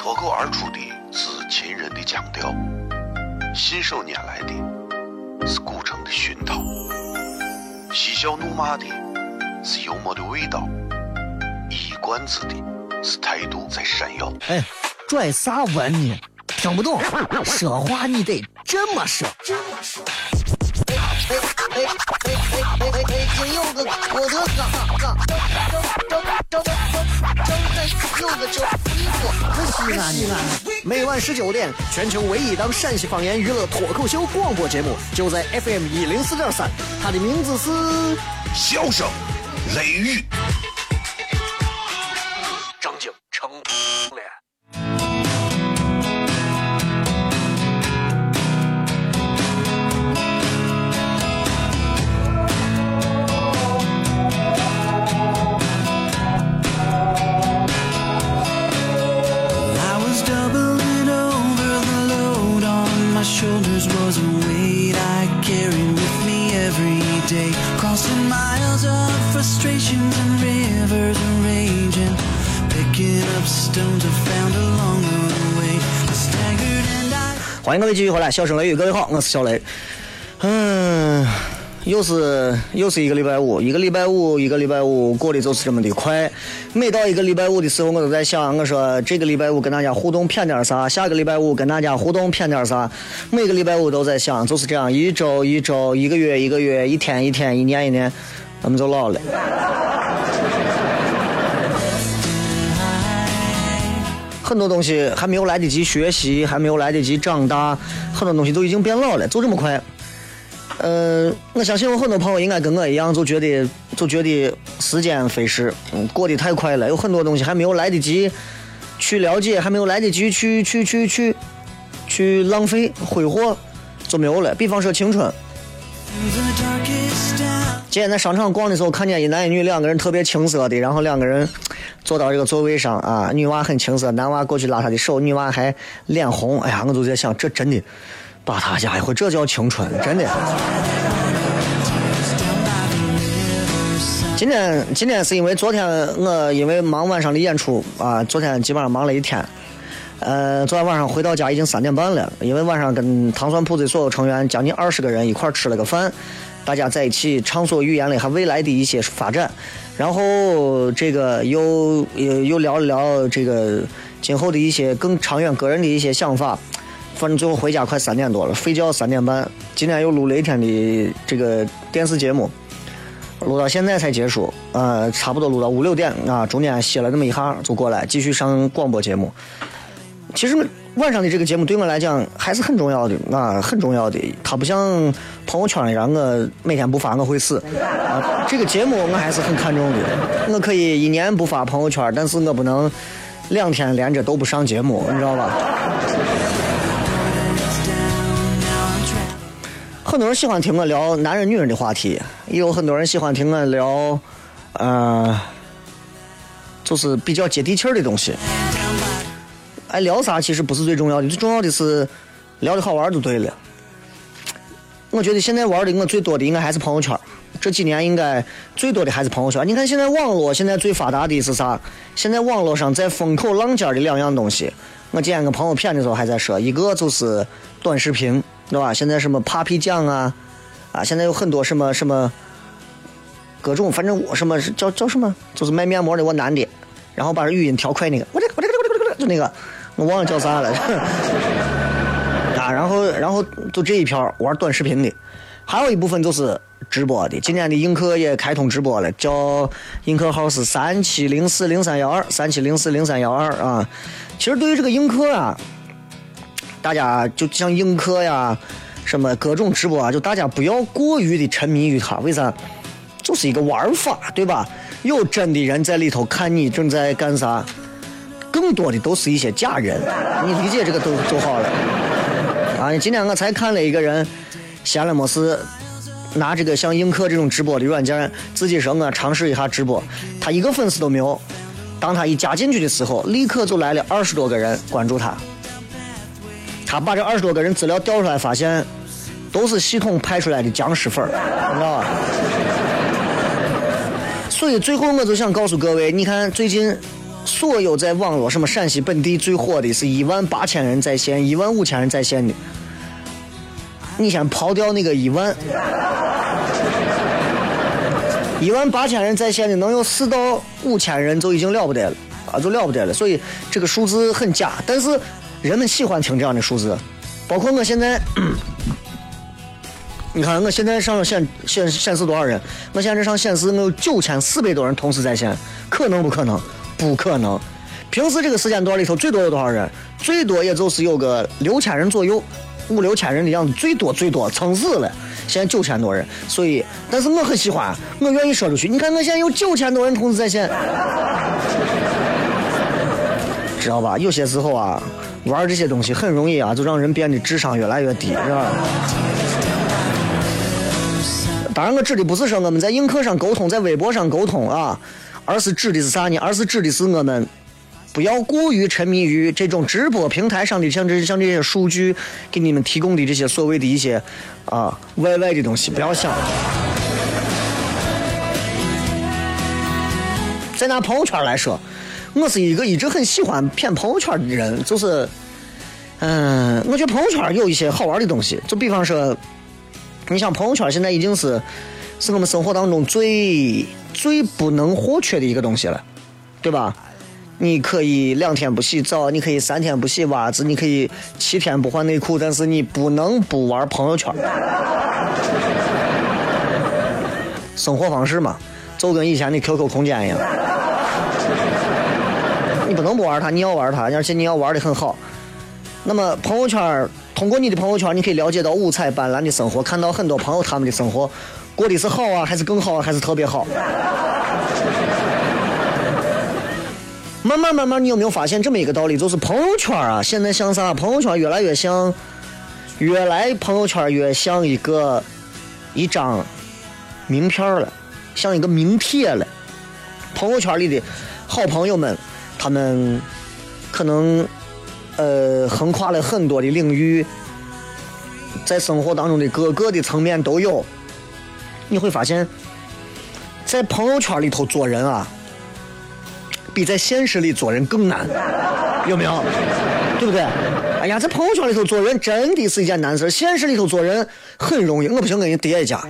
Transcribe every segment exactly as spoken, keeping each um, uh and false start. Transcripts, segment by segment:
脱口而出的是秦人的腔调，信手拈来的是古城的熏陶，嬉笑怒骂的是幽默的味道，一冠子的是态度在闪耀。 哎，拽啥文呢？听不懂，说话你得这么说。这么说。哎哎哎哎哎哎哎！今有个我的嘎嘎，张张张张张张有个周衣服，可惜啊你啊！每晚十九点，全球唯一档陕西方言娱乐脱口秀广播节目，就在 F M 一零四点三，它的名字是笑声雷雨。 张景成脸。 Shoulders was a weight I carried with me every day, crossing miles of frustrations and rivers of rage, and picking up stones I found along the way. I staggered and I 欢迎各位继续回来，笑声雷雨，各位好，我是小雷。嗯，又是又是一个礼拜五，一个礼拜五，一个礼拜五过得就是这么的快。每到一个礼拜五的时候，我都在想，我说这个礼拜五跟大家互动骗点啥，下个礼拜五跟大家互动骗点啥。每个礼拜五都在想，就是这样，一周一周，一个月一个月，一天一天，一年一年，我们就老了。很多东西还没有来得及学习，还没有来得及长大，很多东西都已经变老了，就这么快。呃，我相信有很多朋友应该跟我一样，就觉得就觉得时间飞逝，嗯，过得太快了，有很多东西还没有来得及去了解，还没有来得及去去去去去浪费挥霍，就没有了。比方说青春。今天在商场逛的时候，看见一男一女两个人特别青涩的，然后两个人坐到这个座位上啊，女娃很青涩，男娃过去拉她的手，女娃还脸红。哎呀，我就在想，这真的。把他家一回，这叫青春，真的。今天今天是因为昨天我因为忙晚上的演出啊，昨天基本上忙了一天。呃，昨天晚上回到家已经三点半了，因为晚上跟糖蒜铺子所有成员将近二十个人一块吃了个饭，大家在一起畅所欲言了还未来的一些发展，然后这个又又聊了聊这个今后的一些更长远个人的一些想法。反正最后回家快三点多了，睡觉三点半。今天又录了一天的这个电视节目，录到现在才结束，呃，差不多录到五六点啊，中间歇了那么一下就过来继续上广播节目。其实晚上的这个节目对我来讲还是很重要的啊，很重要的。它不像朋友圈里让我每天不发我会死啊，这个节目我还是很看重的。我可以一年不发朋友圈，但是我不能两天连着都不上节目，你知道吧？很多人喜欢听我聊男人女人的话题，也有很多人喜欢听我聊呃就是比较接地气儿的东西。哎，聊啥其实不是最重要的，最重要的是聊得好玩就对了。我觉得现在玩的我最多的应该还是朋友圈，这几年应该最多的还是朋友圈。你看现在网络现在最发达的是啥？现在网络上在风口浪尖的两样东西，我今天跟朋友谝的时候还在说，一个就是短视频，对吧？现在什么 Papi 酱啊，啊，现在有很多什么什么各种，反正我什么叫叫什么，就是卖面膜的我男的，然后把语音调快那个，我这我这个我这个我这个就那个，我忘了叫啥了啊。然后然后就这一票玩短视频的，还有一部分就是直播的。今年的映客也开通直播了，叫映客号是三七零四零三幺二三七零四零三幺二啊。其实对于这个映客啊，大家就像映客呀什么各种直播啊，就大家不要过于的沉迷于它。为啥？就是一个玩法，对吧？有真的人在里头看你正在干啥，更多的都是一些假人，你理解这个都就好了啊。今天我才看了一个人闲了没事拿这个像映客这种直播的软件，自己说我尝试一下直播，他一个粉丝都没有。当他一加进去的时候，立刻就来了二十多个人关注他。他把这二十多个人资料调出来，发现都是系统派出来的僵尸粉，你知道吧？所以最后我就想告诉各位，你看最近所有在网络什么陕西本地最火的是一万八千人在线，一万五千人在线的，你先刨掉那个一万，一万八千人在线的能有四到五千人就已经了不得了啊，就了不得了。所以这个数字很假，但是人们喜欢听这样的数字。包括我现在，你看我现在上显显显示多少人？我现在上显示我有九千四百多人同时在线，可能不可能？不可能。平时这个时间段里头最多有多少人？最多也就是有个六千人左右，五六千人的样子，最多最多撑死了。现在九千多人，所以，但是我很喜欢，我愿意说出去。你看我现在有九千多人同时在线，知道吧？有些时候啊，玩这些东西很容易啊，就让人变得智商越来越低，是吧？当然，我指的不是说我们在映客上沟通，在微博上沟通啊，而是指的是啥呢？而是指的是我们不要过于沉迷于这种直播平台上的像这像这些数据给你们提供的这些所谓的一些啊歪歪的东西，不要想。再拿朋友圈来说，我是一个一直很喜欢骗朋友圈的人，就是，嗯，我觉得朋友圈有一些好玩的东西，就比方说，你像朋友圈现在已经是是我们生活当中最最不能或缺的一个东西了，对吧？你可以两天不洗澡，你可以三天不洗袜子，你可以七天不换内裤，但是你不能不玩朋友圈。生活方式嘛，就跟以前的 Q Q 空间一样，你不能不玩它，你要玩它，而且你要玩得很好。那么朋友圈，通过你的朋友圈，你可以了解到五彩斑斓的生活，看到很多朋友他们的生活过得是好啊，还是更好啊，还是特别好。慢慢慢慢，你有没有发现这么一个道理？就是朋友圈啊，现在像啥？朋友圈越来越像，越来朋友圈越像一个一张名片了，像一个名帖了。朋友圈里的好朋友们，他们可能呃横跨了很多的领域，在生活当中的各个的层面都有。你会发现，在朋友圈里头做人啊，比在现实里做人更难，有没有？对不对？哎呀，在朋友圈里头做人真的是一件难事，现实里头做人很容易。我不行，给你叠一家。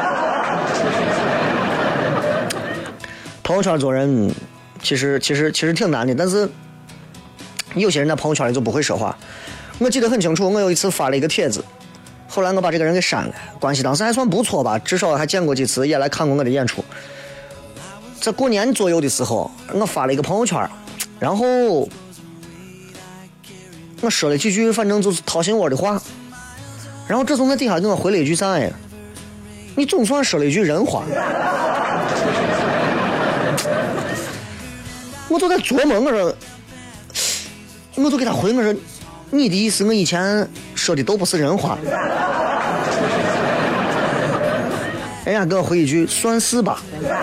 朋友圈做人其实其实其实挺难的，但是有些人在朋友圈里就不会说话。我记得很清楚，我有一次发了一个帖子，后来我把这个人给删了，关系当时还算不错吧，至少还见过几次，也来看过我的演出。在过年左右的时候，我发了一个朋友圈，然后我说了几句反正就是掏心窝的话，然后这从在底下给我回了一句啥呀？你总算说了一句人话。我都在琢磨，我说我都给他回，我说你的意思我以前说的都不是人话。人家给我回一句算是吧。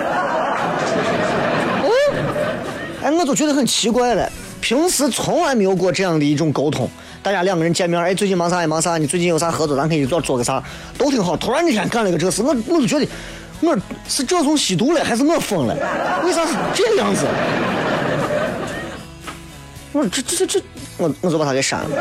哦，哎，我就觉得很奇怪了，平时从来没有过这样的一种沟通，大家两个人见面，哎，最近忙啥也忙啥，你最近有啥合作，咱可以一做做个啥，都挺好。突然那天干了个这事，我我就觉得我是这种吸毒了还是我疯了？为啥是这个样子？我说这这这这，我我就把他给删了。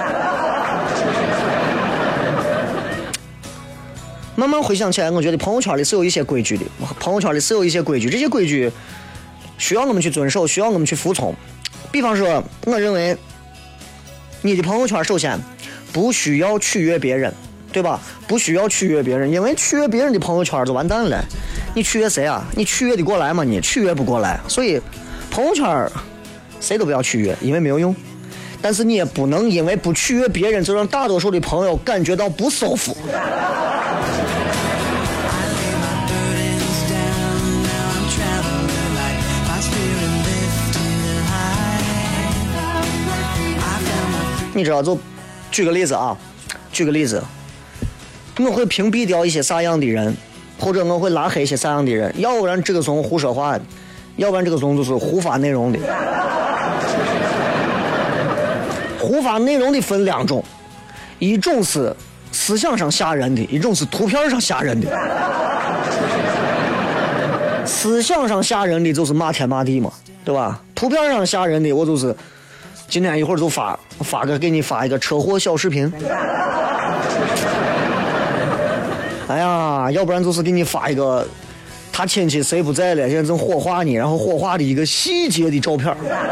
慢慢回想起来，我觉得朋友圈里是有一些规矩的，朋友圈里是有一些规矩，这些规矩需要我们去遵守，需要我们去服从。比方说，我认为你的朋友圈首先不需要取悦别人，对吧？不需要取悦别人，因为取悦别人的朋友圈就完蛋了。你取悦谁啊？你取悦得过来吗？你取悦不过来，所以朋友圈谁都不要取悦，因为没有用。但是你也不能因为不取悦别人，就让大多数的朋友感觉到不舒服。你知道，就举个例子啊，举个例子，我会屏蔽掉一些啥样的人，或者我会拉黑一些啥样的人，要不然这个从胡说话，要不然这个从就是胡发内容的。胡发内容的分两种，一种是思想上吓人的，一种是图片上吓人的。 思想上吓人的就是骂天骂地嘛，对吧？图片上吓人的我就是今天一会儿就发发个给你发一个车祸小视频。哎呀，要不然就是给你发一个他亲戚谁不在了，现在正火化呢，然后火化的一个细节的照片。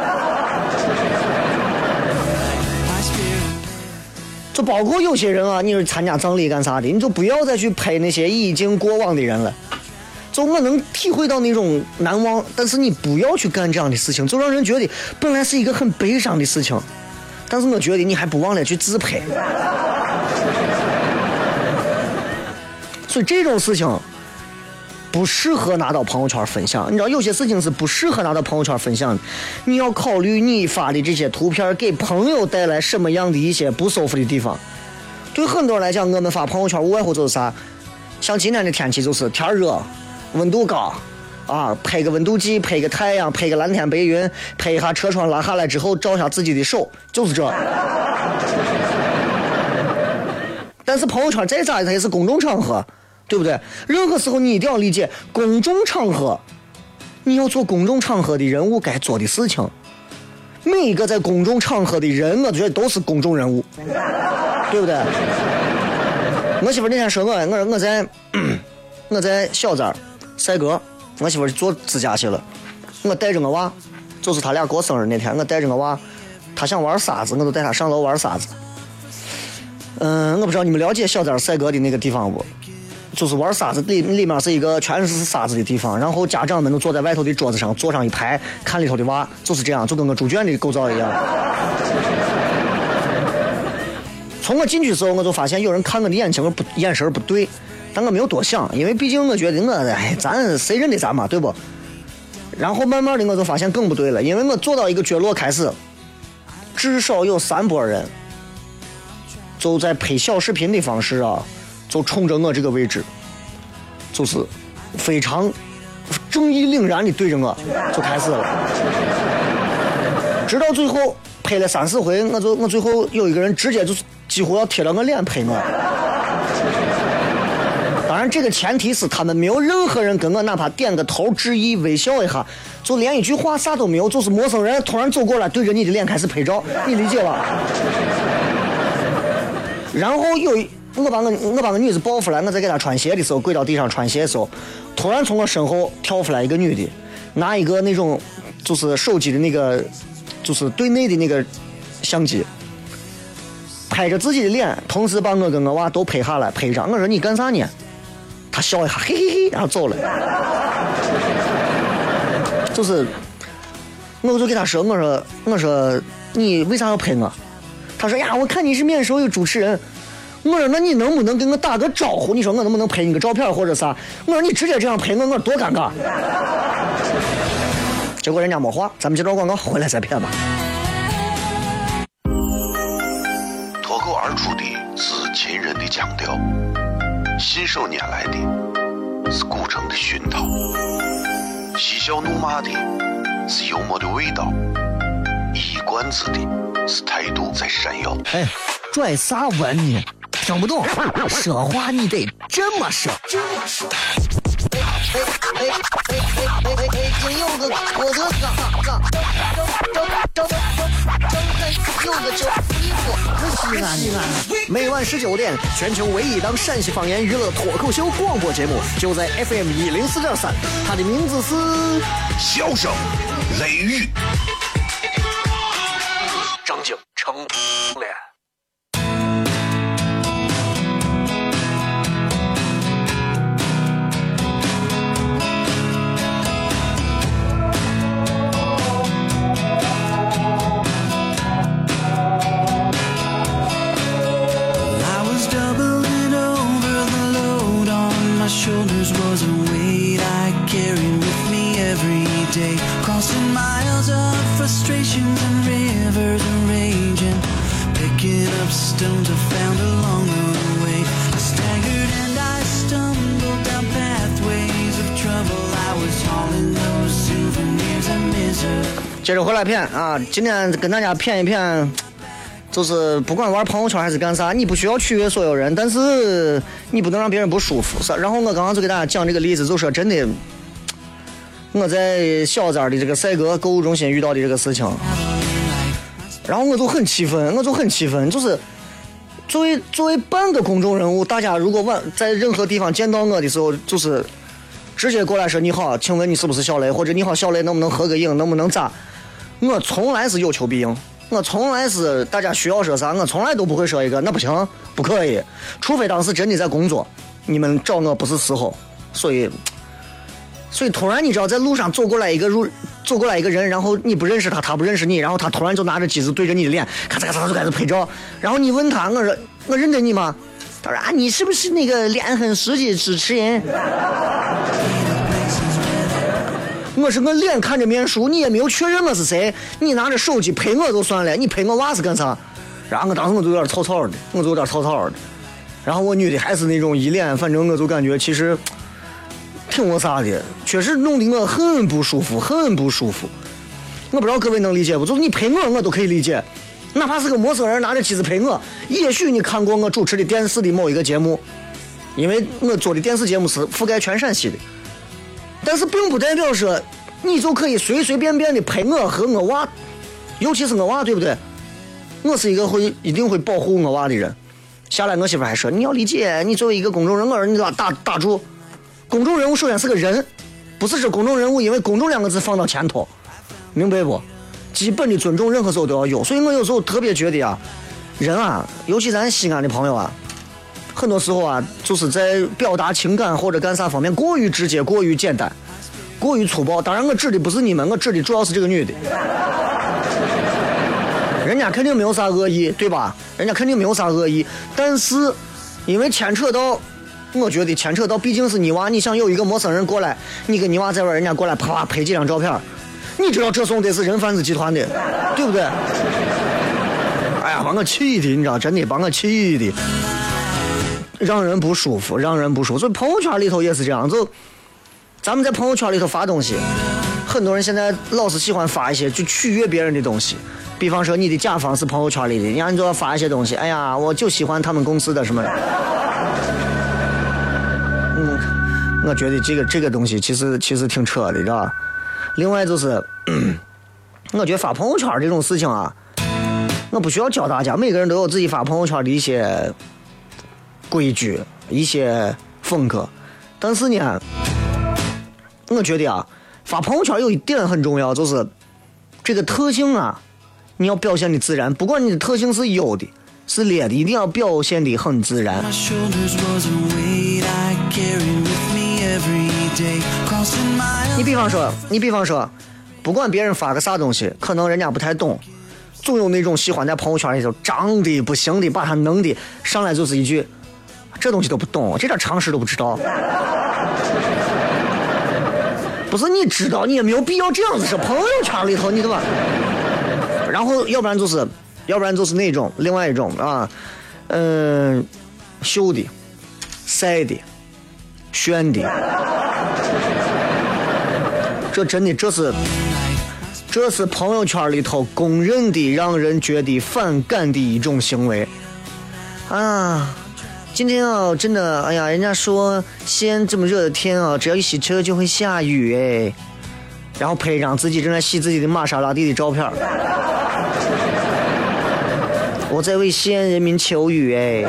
就包括有些人啊，你是参加葬礼干啥的，你就不要再去拍那些已经过往的人了。就我能体会到那种难忘，但是你不要去干这样的事情，就让人觉得本来是一个很悲伤的事情，但是我觉得你还不忘了去自拍。所以这种事情不适合拿到朋友圈分享，你知道有些事情是不适合拿到朋友圈分享的，你要考虑你发的这些图片给朋友带来什么样的一些不舒服的地方。对很多人来讲，我们发朋友圈无外乎就是啥，像今天的天气就是天热，温度高啊，拍个温度计，拍个太阳，拍个蓝天白云，拍一下车窗拉下来之后照下自己的手，就是这。但是朋友圈再咋它也是公众场合，对不对？任何时候你一定要理解公众场合，你要做公众场合的人物该做的事情。每一个在公众场合的人，我觉得都是公众人物，对不对？我媳妇那天说我，我我在我在小寨赛格，我媳妇做指甲去了，我带着我娃，就是他俩过生日那天，我带着我娃，他想玩沙子，我就带他上楼玩沙子。嗯，我不知道你们了解小寨赛格的那个地方不？就是玩沙子，里里面是一个全是沙子的地方，然后家长们都坐在外头的桌子上，坐上一排看里头的娃，就是这样，就跟个猪圈的构造一样。从我进去的时候，我就发现有人看我的眼睛不眼神不对，但我没有多想，因为毕竟我觉得我哎，咱谁认得咱嘛，对不？然后慢慢的我就发现更不对了，因为我坐到一个角落开始，至少有三拨人，就在拍小视频的方式啊。就冲着我这个位置，就是非常正义凛然的对着我就开始了，直到最后拍了三四回，我就我最后有一个人直接就是几乎要贴到我脸拍我。当然这个前提是他们没有任何人跟我哪怕点个头致意微笑一下，就连一句话啥都没有，就是陌生人突然走过来对着你的脸开始拍照，你理解吧？然后有一我把我我把个女子抱出来，我在给她穿鞋的时候，跪到地上穿鞋的时候，突然从我身后跳出来一个女的，拿一个那种就是手机的那个就是对内的那个相机，拍着自己的脸，同时把我跟我娃都拍下来拍一张。我说你干啥呢？她笑一下，嘿嘿嘿，然后走了。就是我就给她说，我说我说你为啥要拍我？她说呀，我看你是面熟有主持人。我说那你能不能跟我打个招呼？你说我能不能拍你个照片或者啥？我说你直接这样拍我，我多尴尬。结果人家没话，咱们接着广告，回来再骗吧。 脱口而出的是秦人的腔调，信手拈来的是古城的熏陶，嬉笑怒骂的是幽默的味道，一冠子的是态度在闪耀。 哎，拽啥文呢？听不懂，说话你得这么说。 哎哎哎哎哎哎哎！金柚子，我的个个，张张张张柚子酒衣服， 西安西安。每晚十九点，全球唯一档陕西方言娱乐脱口秀广播节目，就在 F M 一零四点三。它的名字是《 笑声雷雨》。 张景成脸。 Shoulders was a weight I carried with me every day, crossing miles of frustrations and rivers and raging, picking up stones I found along the way. I staggered and I stumbled down pathways of trouble. I was hauling those souvenirs of misery. 接着回来骗啊！今天跟大家骗一骗。就是不管玩朋友圈还是干啥，你不需要取悦所有人，但是你不能让别人不舒服。然后我刚刚就给大家讲这个例子，就说真的， 我在小寨的这个赛格购物中心遇到的这个事情，然后我就很气愤，我就很气愤，就是作为作为半个公众人物，大家如果晚在任何地方见到我的时候，就是直接过来说你好，请问你是不是小雷，或者你好小雷，能不能合个影，能不能咋？我从来是有求必应，我从来是大家需要说啥，我从来都不会说一个那不行，不可以，除非当时真的在工作，你们找我不是时候，所以。所以突然你知道在路上走过来一个入走过来一个人，然后你不认识他，他不认识你，然后他突然就拿着机子对着你的脸咔嚓咔嚓就开始拍照，然后你问他，我说我认得你吗？他说啊，你是不是那个脸很实际主持人？我说我脸看着面熟，你也没有确认我是谁，你拿着手机拍我就算了，你拍我娃是干啥？然后我当时我就有点草草的，我就有点草草的，然后我女的还是那种一脸，反正我就感觉其实挺我啥的，确实弄得我很不舒服，很不舒服。我不知道各位能理解不？就是你陪我，我都可以理解，哪怕是个陌生人拿着机子陪我。也许你看过我主持的电视的某一个节目，因为我做的电视节目是覆盖全陕西的，但是并不代表说你就可以随随便便的陪我和我娃，尤其是我娃，对不对？我是一个会一定会保护我娃的人。下来我媳妇还说，你要理解，你作为一个公众人物，你打打打住。公众人物首先是个人，不是说公众人物因为公众两个字放到前头，明白不？基本的尊重任何时候都要有。所以我有时候特别觉得啊，人啊，尤其咱西安的朋友啊，很多时候啊，就是在表达情感或者干啥方面过于直接、过于简单、过于粗暴。当然我指的不是你们，我指的主要是这个女的，人家肯定没有啥恶意，对吧？人家肯定没有啥恶意，但是因为牵扯到，我觉得牵扯到毕竟是你娃，你想有一个陌生人过来，你跟你娃在玩，人家过来啪啪拍几张照片，你知道这送的是人贩子集团的，对不对？哎呀，把我气的，你知道，真的把我气的，让人不舒服，让人不舒服。所以朋友圈里头也是这样，就咱们在朋友圈里头发东西，很多人现在老是喜欢发一些就取悦别人的东西。比方说你的甲方是朋友圈里的，然后你就要发一些东西，哎呀，我就喜欢他们公司的什么。嗯，我觉得这个这个东西其实其实挺扯的，知道吧？另外就是，我觉得发朋友圈这种事情啊，我不需要教大家，每个人都有自己发朋友圈的一些规矩、一些风格。但是呢，我觉得啊，发朋友圈有一点很重要，就是这个特性啊。你要表现的自然，不管你的特性是有的是劣的，一定要表现的很自然。你比方说你比方说不管别人发个啥东西，可能人家不太懂，总有那种喜欢在朋友圈里头长的不行的，把他弄的上来就是一句这东西都不懂，这点常识都不知道。不是你知道，你也没有必要这样子说，朋友圈里头你对吧？然后要不然就是要不然就是那种另外一种啊，嗯、呃，秀的晒的炫的，这真的这是这是朋友圈里头公认的让人觉得反感的一种行为啊。今天啊真的哎呀，人家说西安这么热的天啊，只要一洗车就会下雨哎，然后拍一张自己正在洗自己的玛莎拉蒂的照片，我在为西安人民求雨哎。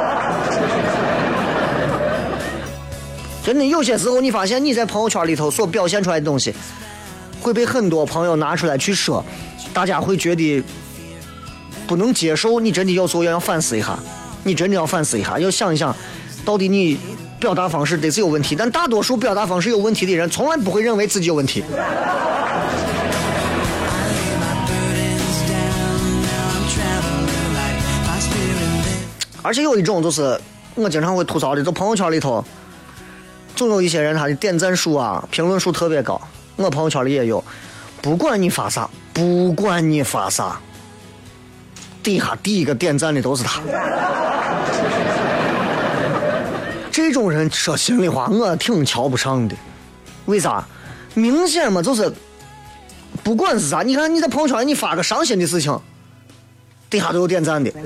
真的有些时候你发现你在朋友圈里头所表现出来的东西会被很多朋友拿出来去说，大家会觉得不能接受，你真的有时候要反思一下，你真的要反思一下，要想一想到底你表达方式得是有问题。但大多数表达方式有问题的人从来不会认为自己有问题。而且有一种就是我经常会吐槽的，就朋友圈里头总有一些人他的点赞数啊评论数特别高，我朋友圈里也有，不管你发啥不管你发啥底下第一个点赞的都是他。这种人说心里话我挺瞧不上的，为啥？明显嘛，就是不管是啥，你看你在朋友圈你发个伤心的事情底下都有点赞的，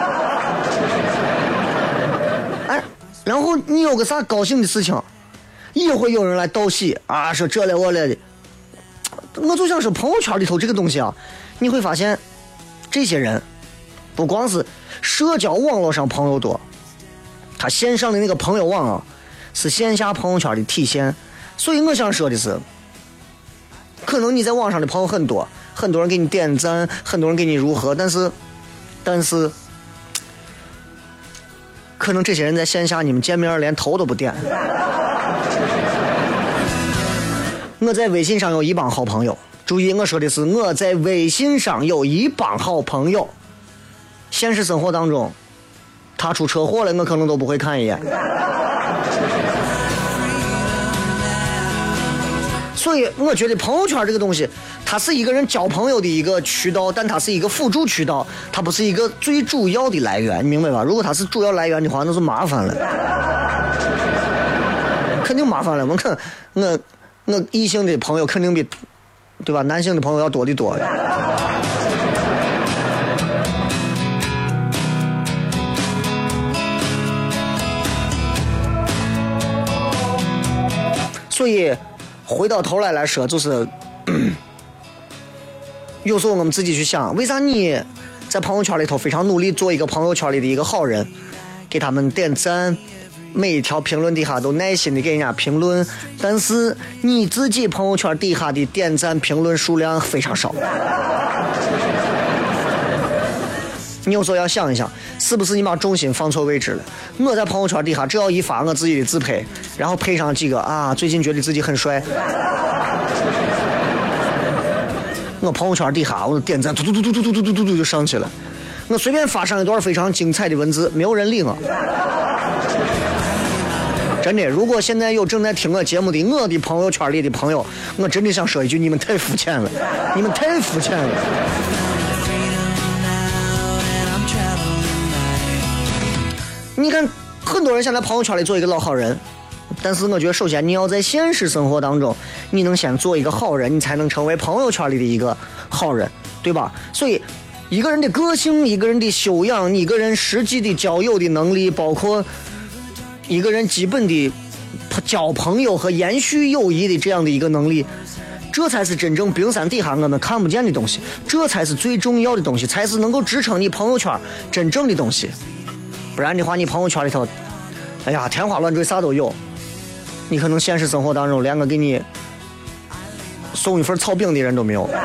哎，然后你有个啥高兴的事情也会有人来道喜啊，说这来我来的， 我就想说朋友圈里头这个东西啊，你会发现这些人不光是社交网络上朋友多，他线上的那个朋友网啊是线下朋友圈的体现。所以我想说的是，可能你在网上的朋友很多，很多人给你点赞，很多人给你如何，但是但是可能这些人在线下你们见面连头都不点。我在微信上有一帮好朋友，注意我说的是我在微信上有一帮好朋友，现实生活当中他出车祸了我可能都不会看一眼。所以我觉得朋友圈这个东西它是一个人交朋友的一个渠道，但它是一个辅助渠道，它不是一个最主要的来源，你明白吧？如果它是主要来源的话，那就麻烦了，肯定麻烦了。我看我我异性的朋友肯定比对吧男性的朋友要多得多。所以回到头来来说，就是有时候我们自己去想，为啥你在朋友圈里头非常努力做一个朋友圈里的一个好人，给他们点赞，每一条评论底下都耐心的给人家评论，但是你自己朋友圈底下的点赞评论数量非常少。你有时候要想一想，是不是你把重心放错位置了？我在朋友圈底下只要一发我自己的自拍，然后配上几个啊最近觉得自己很帅，我朋友圈底下我点赞突突突突突突突突突就上去了。我随便发上一段非常精彩的文字，没有人理我。真的，如果现在有正在听我节目的我的朋友圈里的朋友，我真的想说一句，你们太肤浅了，你们太肤浅了。你看很多人想在朋友圈里做一个老好人，但是我觉得首先你要在现实生活当中你能先做一个好人，你才能成为朋友圈里的一个好人，对吧？所以一个人的个性，一个人的修养，一个人实际的交友的能力，包括一个人基本的交朋友和延续友谊的这样的一个能力，这才是真正冰山底下我们看不见的东西，这才是最重要的东西，才是能够支撑你朋友圈真正的东西。不然的话，你朋友圈里头，哎呀，天花乱坠啥都有，你可能现实生活当中连个给你送一份草饼的人都没有。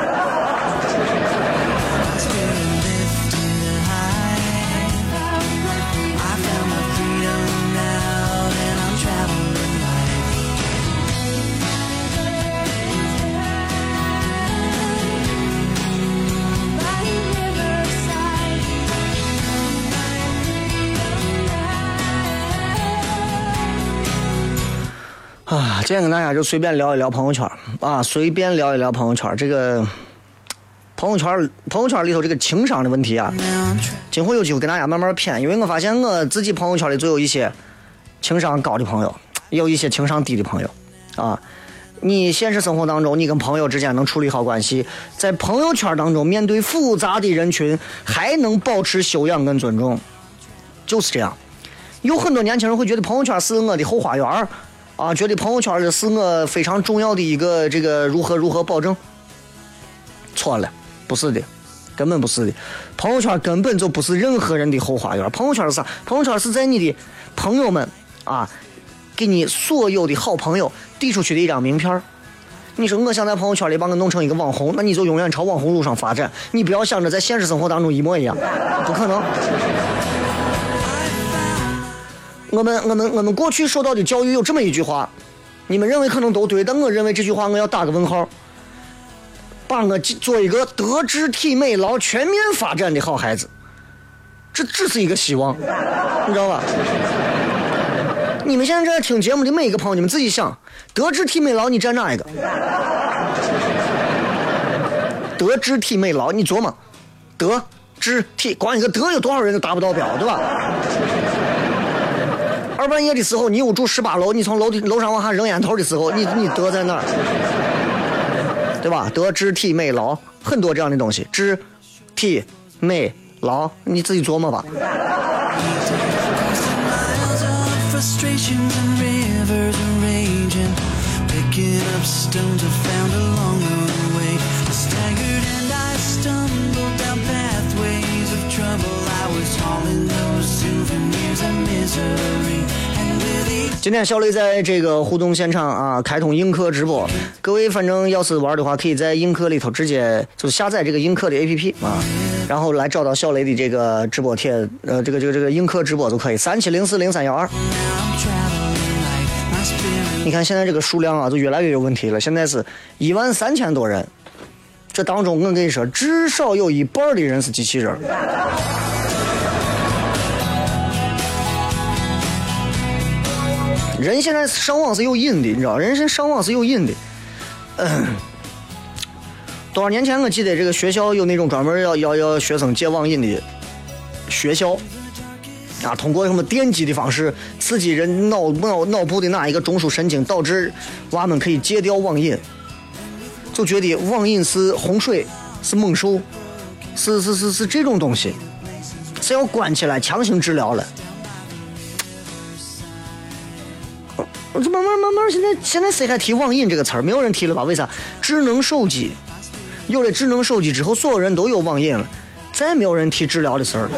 啊，今天跟大家就随便聊一聊朋友圈啊，随便聊一聊朋友圈。这个朋友圈，朋友圈里头这个情商的问题啊，今后有机会跟大家慢慢谝。因为我发现我自己朋友圈里就有一些情商高的朋友，也有一些情商低的朋友啊。你现实生活当中，你跟朋友之间能处理好关系，在朋友圈当中面对复杂的人群，还能保持修养跟尊重，就是这样。有很多年轻人会觉得朋友圈是我的后花园。啊，觉得朋友圈是我非常重要的一个这个如何如何保证，错了，不是的，根本不是的，朋友圈根本就不是任何人的后花园。朋友圈是啥？朋友圈是在你的朋友们啊，给你所有的好朋友递出去的一张名片。你说我想在朋友圈里把我弄成一个网红，那你就永远朝网红路上发展，你不要想着在现实生活当中一模一样，不可能。我们我们我们过去受到的教育有这么一句话，你们认为可能都对，但我认为这句话我要打个问号，把我做一个德智体美劳全面发展的好孩子，这只是一个希望，你知道吧？你们现在在听节目的每一个朋友，你们自己想，德智体美劳你占哪一个？德智体美劳你琢磨，德智体光一个德有多少人都达不到标，对吧？二半夜的时候，你有住十八楼，你从楼楼上往下扔烟头的时候，你你德在那儿，对吧？德智体美劳很多这样的东西，智体美劳你自己琢磨吧。Picking up stones I found along the way. I staggered and I stumbled down pathways of trouble. I was hauling those souvenirs of misery. And with each 今天小雷在这个互动现场啊，开通映客直播。各位反正要是玩的话，可以在映客里头直接就是下载这个映客的 A P P 啊，然后来找到小雷的这个直播帖，呃，这个这个这个映客直播就可以。三七零四零三幺二。你看现在这个数量啊，就越来越有问题了。现在是一万三千多人，这当中我跟你说，至少有一半的人是机器人。人现在上网是有瘾的，你知道，人现在上网是有瘾的。嗯，多少年前我记得这个学校有那种专门要要要学生戒网瘾的学校啊，通过什么电击的方式刺激人脑脑脑部的哪一个中枢神经，导致娃们可以戒掉网瘾，就觉得网瘾是洪水，是猛兽，是是是是这种东西，是要关起来强行治疗了。这慢慢慢慢，现在现在谁还提网瘾这个词儿？没有人提了吧？为啥？智能手机有了智能手机之后，所有人都有网瘾了，再没有人提治疗的事儿了。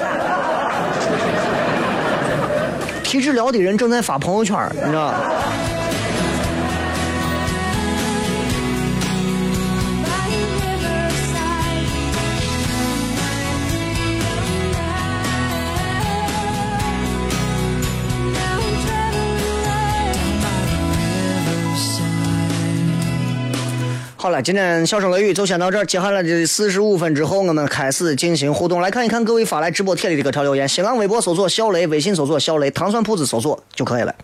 提治疗的人正在发朋友圈，你知道。好了，今天笑声雷雨就先到这儿。接下来的四十五分之后，我们开始进行互动。来看一看各位发来直播帖里的各条留言。新浪微博搜索小雷，微信搜索小雷，糖蒜铺子搜索就可以了。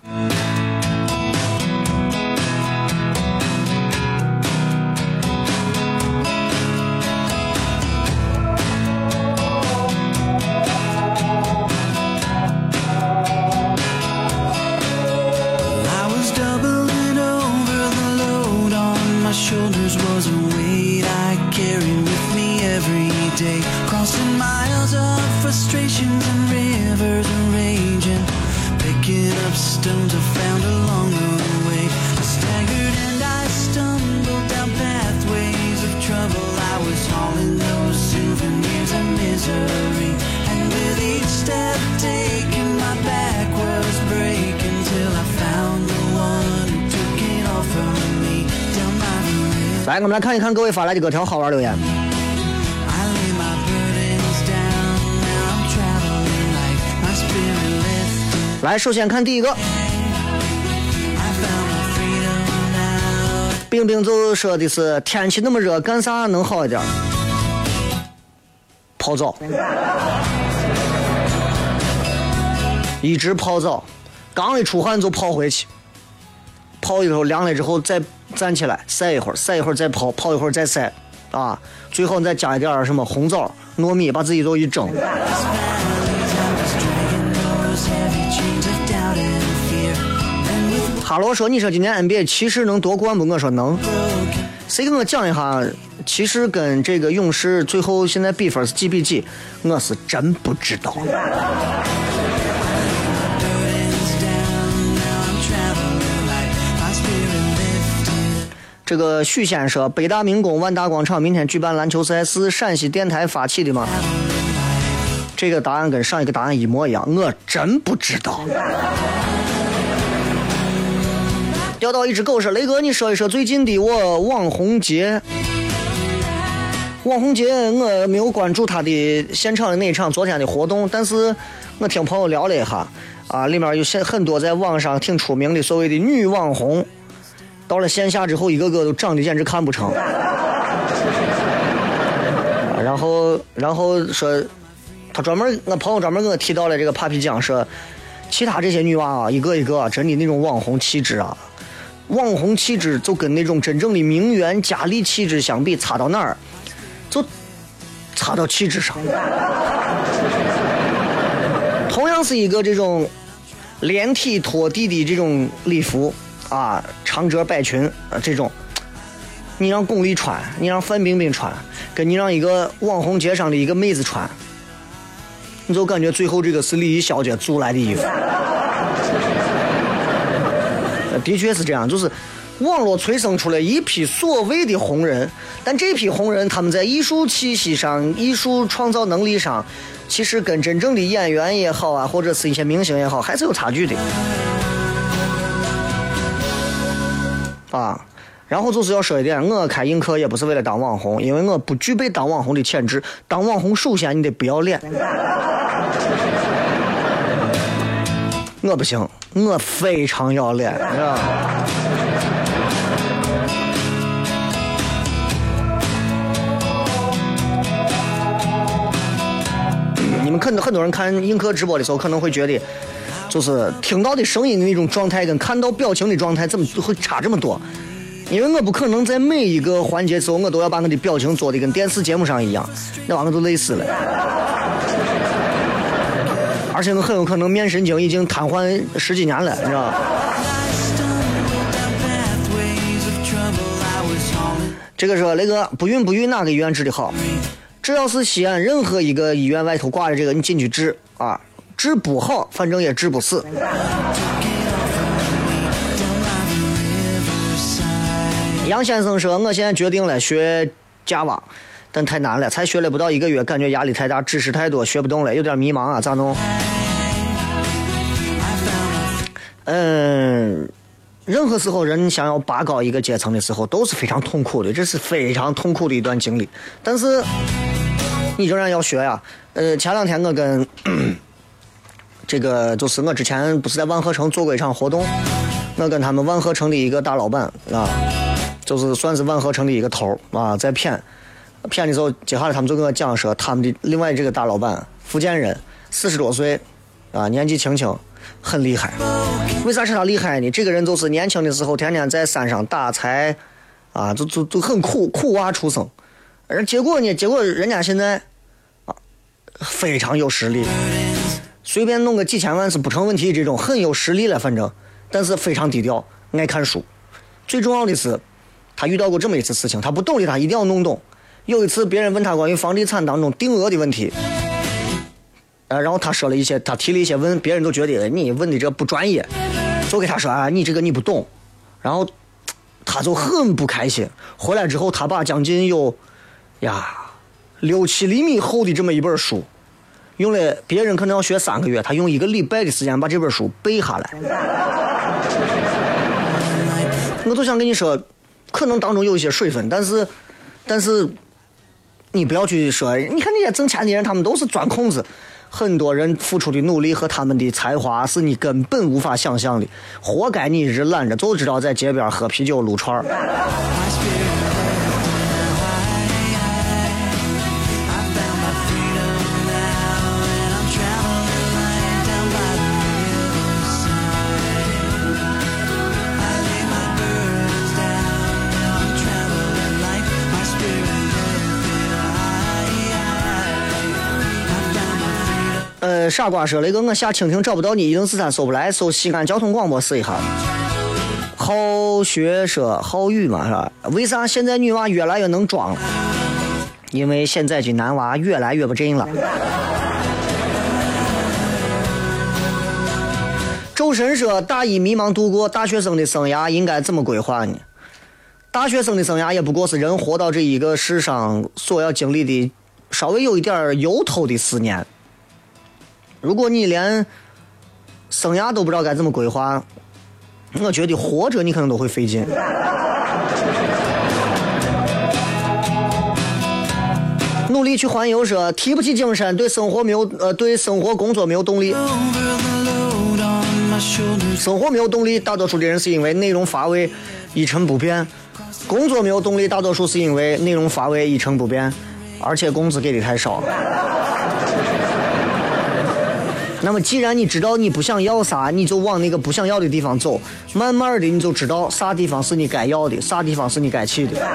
shoulders was a weight I carried with me every day, crossing miles of frustrations and rivers and raging, picking up stones I found along the way. I staggered and I stumbled down pathways of trouble. I was hauling those souvenirs of misery, and with each step taken my back was breaking till I found the one who took it all from me. 来，我们来看一看各位发来的各条好玩留言。来，首先看第一个，冰冰就说的是天气那么热，干啥能好一点？泡澡，一直泡澡，刚一出汗就泡回去，泡一会儿凉了之后再站起来晒一会儿，晒一会儿再泡，泡一会儿再晒，啊，最后再加一点什么红枣、糯米，把自己都一蒸。哈罗说：“你说今年 N B A 骑士能夺冠不？”我说能。谁跟我讲一下骑士跟这个勇士最后现在比分是几比几？我是真不知道。这个许先说，北大明宫万达广场明天举办篮球赛，是陕西电台发起的吗？这个答案跟上一个答案一模一样，我真不知道。钓到一只狗说，雷哥，你说一说最近的我网红节。网红节我没有关注他的现场的那一场昨天的活动，但是我听朋友聊了一下，啊，里面有很多在网上挺出名的所谓的女网红。到了线下之后，一个个都长得简直看不成。然后，然后说，他专门，我朋友专门给我提到了这个 Papi 酱，说，其他这些女娃啊，一个一个啊，真的那种网红气质啊，网红气质就跟那种真正的名媛佳丽气质相比，差到哪儿？就差到气质上。同样是一个这种连体拖地的这种礼服。啊，长褶百裙啊，这种，你让巩俐穿，你让范冰冰穿，跟你让一个网红节上的一个妹子穿，你就感觉最后这个是礼仪小姐租来的衣服。的确是这样，就是网络催生出了一批所谓的红人，但这批红人他们在艺术气息上、艺术创造能力上，其实跟真正的演员也好啊，或者是一些明星也好，还是有差距的啊。然后就是要说一点，我开映客也不是为了当网红，因为我不具备当网红的潜质。当网红首先你得不要脸，我不行，我非常要脸，你知道吗？你们可能很多人看映客直播的时候，可能会觉得，就是听到的声音的那种状态跟看到表情的状态怎么会差这么多？因为我不可能在每一个环节的时候，我都要把我的表情做的跟电视节目上一样，那玩意儿都累死了。而且我很有可能面神经已经瘫痪十几年了，你知道吗？这个说那个不孕不育哪个医院治的好？只要是西安任何一个医院外头挂着这个，你进去治啊，治不好反正也治不死。杨先生说，我现在决定了学 Java， 但太难了，才学了不到一个月，感觉压力太大，知识太多，学不动了，有点迷茫啊，咋弄？嗯，任何时候人想要拔高一个阶层的时候都是非常痛苦的，这是非常痛苦的一段经历，但是你仍然要学呀。呃，前两天我跟这个就是我之前不是在万和城做过一场活动，我跟他们万和城的一个大老板啊，就是算是万和城的一个头啊，在骗骗的时候，接下来他们就跟我讲说，他们的另外这个大老板福建人，四十多岁啊，年纪轻轻，很厉害。为啥是他厉害呢？这个人就是年轻的时候天天在山上打柴啊，就就就很苦苦娃出生，而结果呢，结果人家现在啊非常有实力，随便弄个几千万是不成问题，这种很有实力了，反正但是非常低调，爱看书。最重要的是，他遇到过这么一次事情，他不懂的他一定要弄懂。有一次别人问他关于房地产当中定额的问题，呃，然后他说了一些，他提了一些问，别人都觉得你问的这不专业，就给他说啊，你这个你不懂，然后他就很不开心。回来之后，他把将近有呀六七厘米厚的这么一本书，用了别人可能要学三个月，他用一个礼拜的时间把这本书背下来。我就想跟你说，可能当中有一些水分，但是但是你不要去说，你看那些挣钱的人，他们都是钻空子。很多人付出的努力和他们的才华是你根本无法想象的，活该你一直懒着，就知道在街边喝啤酒撸串。呃，傻瓜说了一个，我下蜻蜓找不到你，一零四三搜不来，搜西安交通广播试一下。好学说好语嘛，是吧？为啥现在女娃越来越能装了？因为现在的男娃越来越不正了。周神说，大一迷茫度过，大学生的生涯应该怎么规划呢？大学生的生涯也不过是人活到这一个世上所要经历的稍微有一点由头的四年。如果你连生涯都不知道该怎么规划，我觉得活着你可能都会费劲。努力去环游说提不起精神，对生活没有呃对生活工作没有动力。生活没有动力，大多数的人是因为内容乏味一成不变；工作没有动力，大多数是因为内容乏味一成不变，而且工资给的太少。那么既然你知道你不想要啥，你就往那个不想要的地方走，慢慢的你就知道啥地方是你该要的，啥地方是你该去的。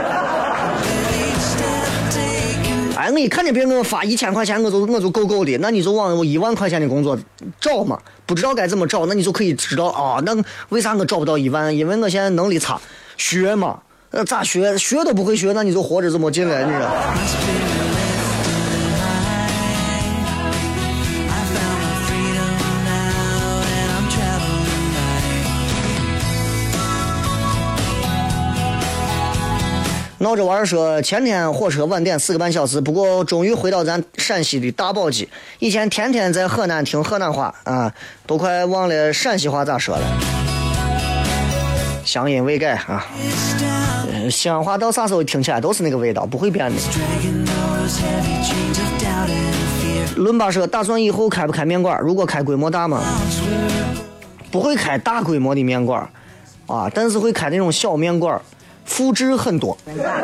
哎，我一看见别人给我发一千块钱，我就我就够够的，那你就往我一万块钱的工作找嘛，不知道该怎么找，那你就可以知道啊、哦，那为啥我找不到一万？因为我现在能力差，学嘛，呃，咋学？学都不会学，那你就活着这么进来，你知道。 闹着玩说前天火车晚点四个半小时，不过终于回到咱陕西的大宝鸡。以前天天在河南听河南话啊，都快忘了陕西话咋说了。乡音未改啊，呃、西安话到啥时候听起来都是那个味道，不会变的。伦巴说打算以后开不开面馆？如果开规模大吗？不会开大规模的面馆啊，但是会开那种小面馆，复制很多。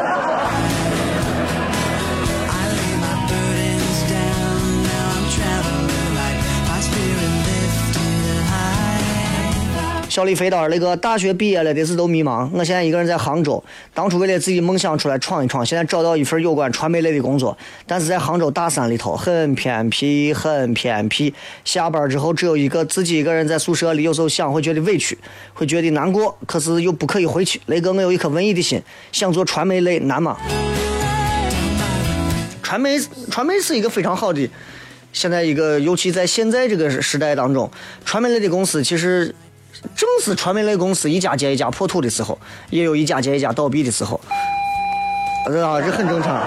小李飞刀那个大学毕业了，这次都迷茫。我现在一个人在杭州，当初为了自己梦想出来闯一闯，现在找到一份有关传媒类的工作，但是在杭州大山里头，很偏僻，很偏僻。下班之后只有一个自己一个人在宿舍里，有时候想会觉得委屈，会觉得难过，可是又不可以回去。雷哥，我有一颗文艺的心，想做传媒类，难吗？传媒，传媒是一个非常好的，现在一个，尤其在现在这个时代当中，传媒类的公司其实。正是传媒类公司一家接一家破土的时候，也有一家接一家倒闭的时候，啊，这很正常。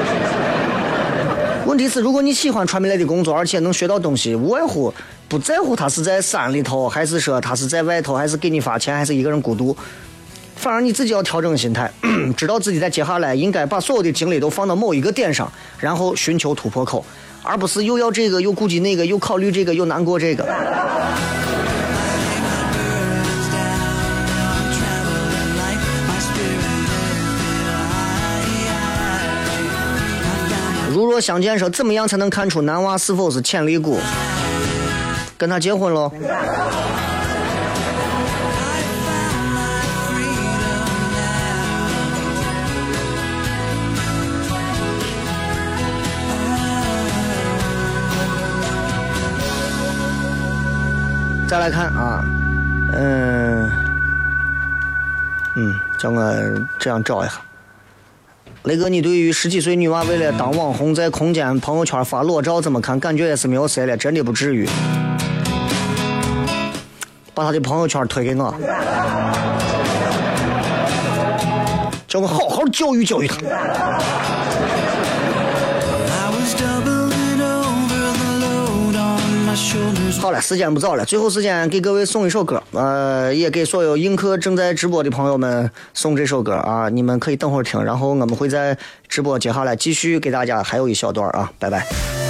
问题是，如果你喜欢传媒类的工作，而且能学到东西，无外乎不在乎他是在山里头，还是说他是在外头，还是给你发钱，还是一个人孤独。反而你自己要调整心态，知道自己在接下来应该把所有的精力都放到某一个点上，然后寻求突破口，而不是又要这个又顾及那个，又考虑这个又难过这个。如若相见说怎么样才能看出男娃是否是潜力股？跟他结婚喽。再来看啊，嗯嗯，叫我这样找一下。雷哥，你对于十几岁女娃为了当网红在空间朋友圈发裸照怎么看？感觉也是没有谁了，真的不至于。把他的朋友圈推给我，叫我好好教育教育他。好了，时间不早了，最后时间给各位送一首歌，呃，也给所有映客正在直播的朋友们送这首歌啊，你们可以等会儿听，然后我们会在直播接下来继续给大家还有一小段啊，拜拜。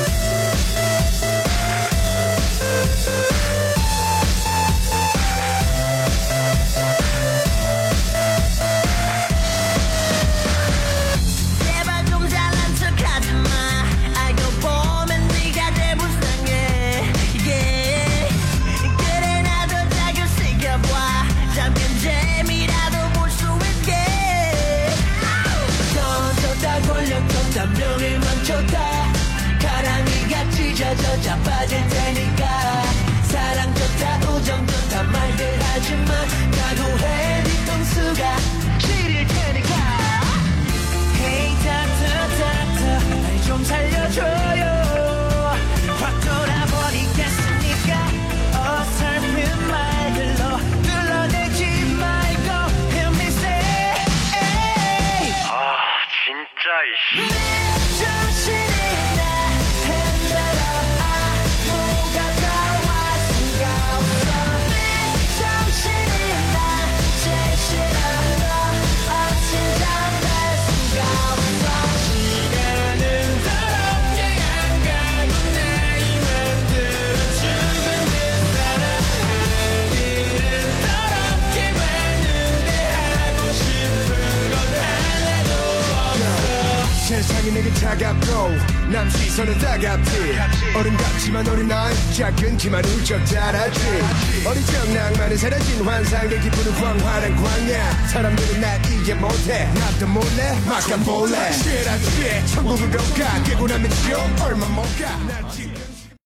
세상이 내게 차갑고 남 시선은 따갑지 어른 같지만 어린 나이 작은 키만 훌쩍 자라지 어리적 낭만은 사라진 환상 내 기분은 광활한 광야 사람들은 날 이해 못해 나도 몰래 막간 몰래 취해라 취해 천국을 가 깨고 나면 지옥 얼마 못 가 날 지금